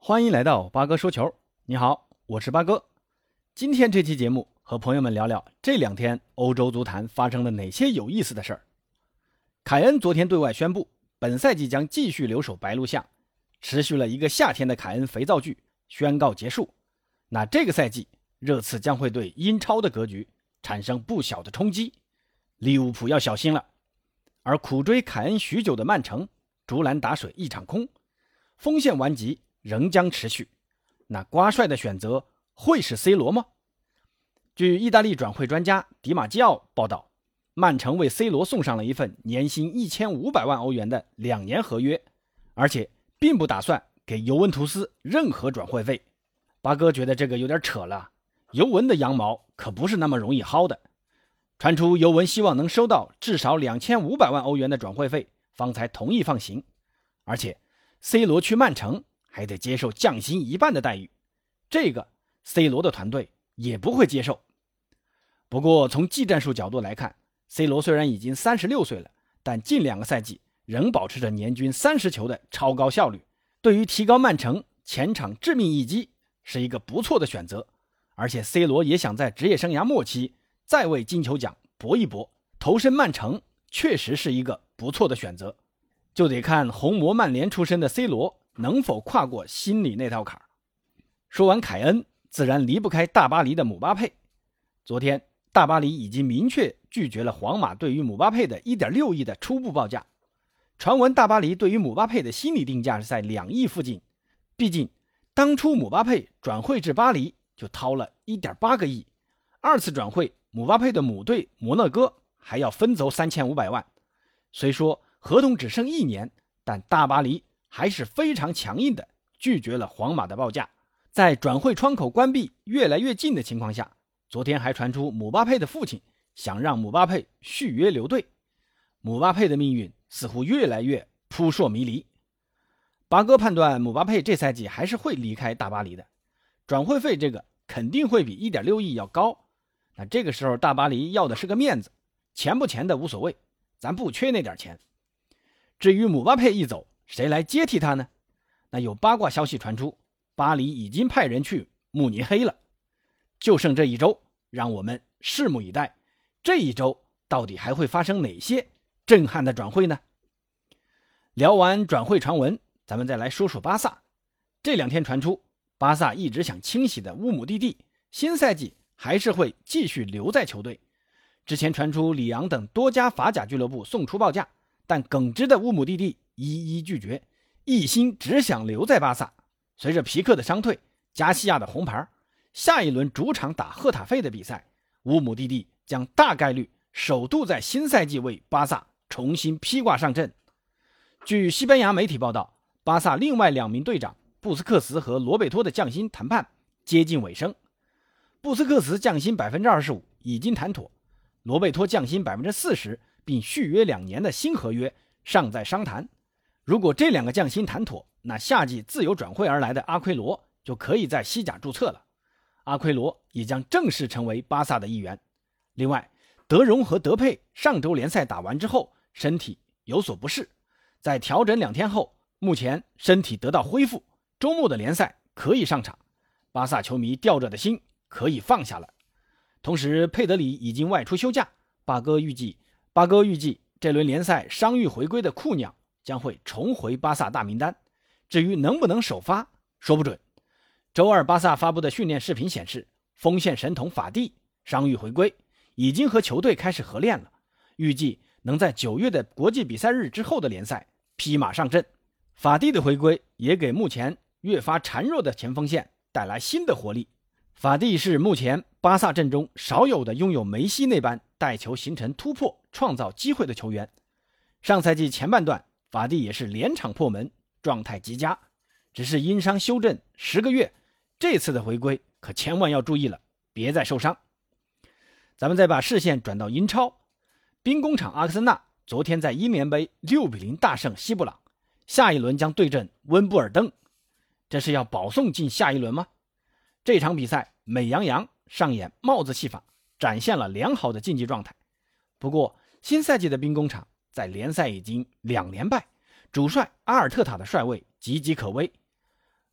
欢迎来到八哥说球。你好，我是八哥。今天这期节目和朋友们聊聊这两天欧洲足坛发生了哪些有意思的事儿。凯恩昨天对外宣布，本赛季将继续留守白鹿巷，持续了一个夏天的凯恩肥皂剧宣告结束。那这个赛季热刺将会对英超的格局产生不小的冲击，利物浦要小心了。而苦追凯恩许久的曼城竹篮打水一场空，锋线顽疾仍将持续。那瓜帅的选择会是 C 罗吗？据意大利转会专家迪马基奥报道，曼城为 C 罗送上了一份年薪1500万欧元的2年合约，而且并不打算给尤文图斯任何转会费。八哥觉得这个有点扯了，尤文的羊毛可不是那么容易薅的。传出尤文希望能收到至少2500万欧元的转会费方才同意放行，而且 C 罗去曼城还得接受降薪1半的待遇，这个 C 罗的团队也不会接受。不过从技战术角度来看， C 罗虽然已经36岁了，但近2个赛季仍保持着年均30球的超高效率，对于提高曼城前场致命一击是一个不错的选择。而且 C 罗也想在职业生涯末期再为金球奖搏一搏，投身曼城确实是一个不错的选择，就得看红魔曼联出身的 C 罗能否跨过心里那道坎。说完凯恩，自然离不开大巴黎的姆巴佩。昨天大巴黎已经明确拒绝了皇马对于姆巴佩的 1.6 亿的初步报价，传闻大巴黎对于姆巴佩的心理定价是在2亿附近，毕竟当初姆巴佩转会至巴黎就掏了 1.8 个亿，二次转会姆巴佩的母队摩纳哥还要分走3500万。虽说合同只剩1年，但大巴黎还是非常强硬的拒绝了皇马的报价。在转会窗口关闭越来越近的情况下，昨天还传出姆巴佩的父亲想让姆巴佩续约留队。姆巴佩的命运似乎越来越扑朔迷离。八哥判断姆巴佩这赛季还是会离开大巴黎的，转会费这个肯定会比 1.6 亿要高。那这个时候大巴黎要的是个面子，钱不钱的无所谓，咱不缺那点钱。至于姆巴佩一走，谁来接替他呢？那有八卦消息传出，巴黎已经派人去慕尼黑了。就剩这一周，让我们拭目以待，这一周到底还会发生哪些震撼的转会呢？聊完转会传闻，咱们再来说说巴萨。这2天传出，巴萨一直想清洗的乌姆蒂蒂新赛季还是会继续留在球队。之前传出里昂等多家法甲俱乐部送出报价，但耿直的乌姆蒂蒂一一拒绝，一心只想留在巴萨。随着皮克的伤退，加西亚的红牌，下一轮主场打赫塔费的比赛，乌姆蒂蒂将大概率首度在新赛季为巴萨重新披挂上阵。据西班牙媒体报道，巴萨另外2名队长布斯克茨和罗贝托的降薪谈判接近尾声。布斯克茨降薪 25% 已经谈妥，罗贝托降薪 40% 并续约2年的新合约尚在商谈。如果这2个降薪谈妥，那夏季自由转会而来的阿奎罗就可以在西甲注册了，阿奎罗也将正式成为巴萨的一员。另外，德容和德佩上周联赛打完之后身体有所不适，在调整2天后，目前身体得到恢复，周末的联赛可以上场，巴萨球迷吊着的心可以放下了。同时佩德里已经外出休假，八哥预计这轮联赛伤愈回归的库鸟将会重回巴萨大名单，至于能不能首发说不准。周二巴萨发布的训练视频显示，锋线神童法蒂伤愈回归，已经和球队开始合练了，预计能在9月的国际比赛日之后的联赛披马上阵。法蒂的回归也给目前越发孱弱的前锋线带来新的活力。法蒂是目前巴萨阵中少有的拥有梅西那般带球形成突破创造机会的球员。上赛季前半段法蒂也是连场破门，状态极佳，只是因伤休阵10个月，这次的回归可千万要注意了，别再受伤。咱们再把视线转到英超，兵工厂阿克森纳昨天在英联杯6-0大胜西布朗，下一轮将对阵温布尔登，这是要保送进下一轮吗？这场比赛美羊羊上演帽子戏法，展现了良好的竞技状态。不过新赛季的兵工厂在联赛已经2连败，主帅阿尔特塔的帅位岌岌可危。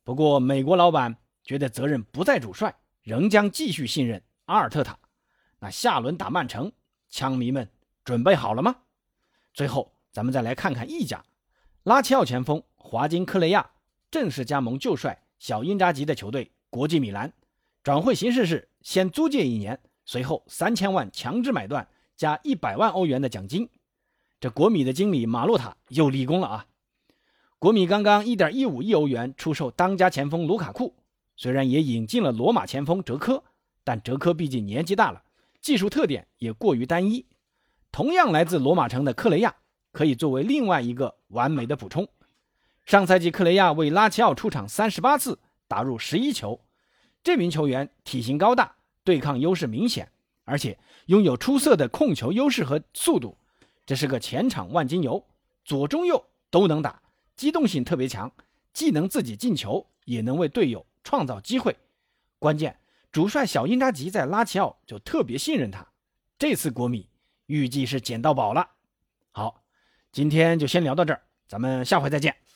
不过美国老板觉得责任不在主帅，仍将继续信任阿尔特塔。那下轮打曼城，枪迷们准备好了吗？最后咱们再来看看意甲，拉齐奥前锋华金科雷亚正式加盟旧帅小因扎吉的球队国际米兰，转会形式是先租借1年，随后3000万强制买断加100万欧元的奖金。这国米的经理马洛塔又立功了啊！国米刚刚 1.15 亿欧元出售当家前锋卢卡库，虽然也引进了罗马前锋哲科，但哲科毕竟年纪大了，技术特点也过于单一。同样来自罗马城的克雷亚可以作为另外一个完美的补充。上赛季克雷亚为拉齐奥出场38次，打入11球。这名球员体型高大，对抗优势明显，而且拥有出色的控球优势和速度。这是个前场万金油，左中右都能打，机动性特别强，既能自己进球，也能为队友创造机会。关键主帅小因扎吉在拉齐奥就特别信任他，这次国米预计是捡到宝了。好，今天就先聊到这儿，咱们下回再见。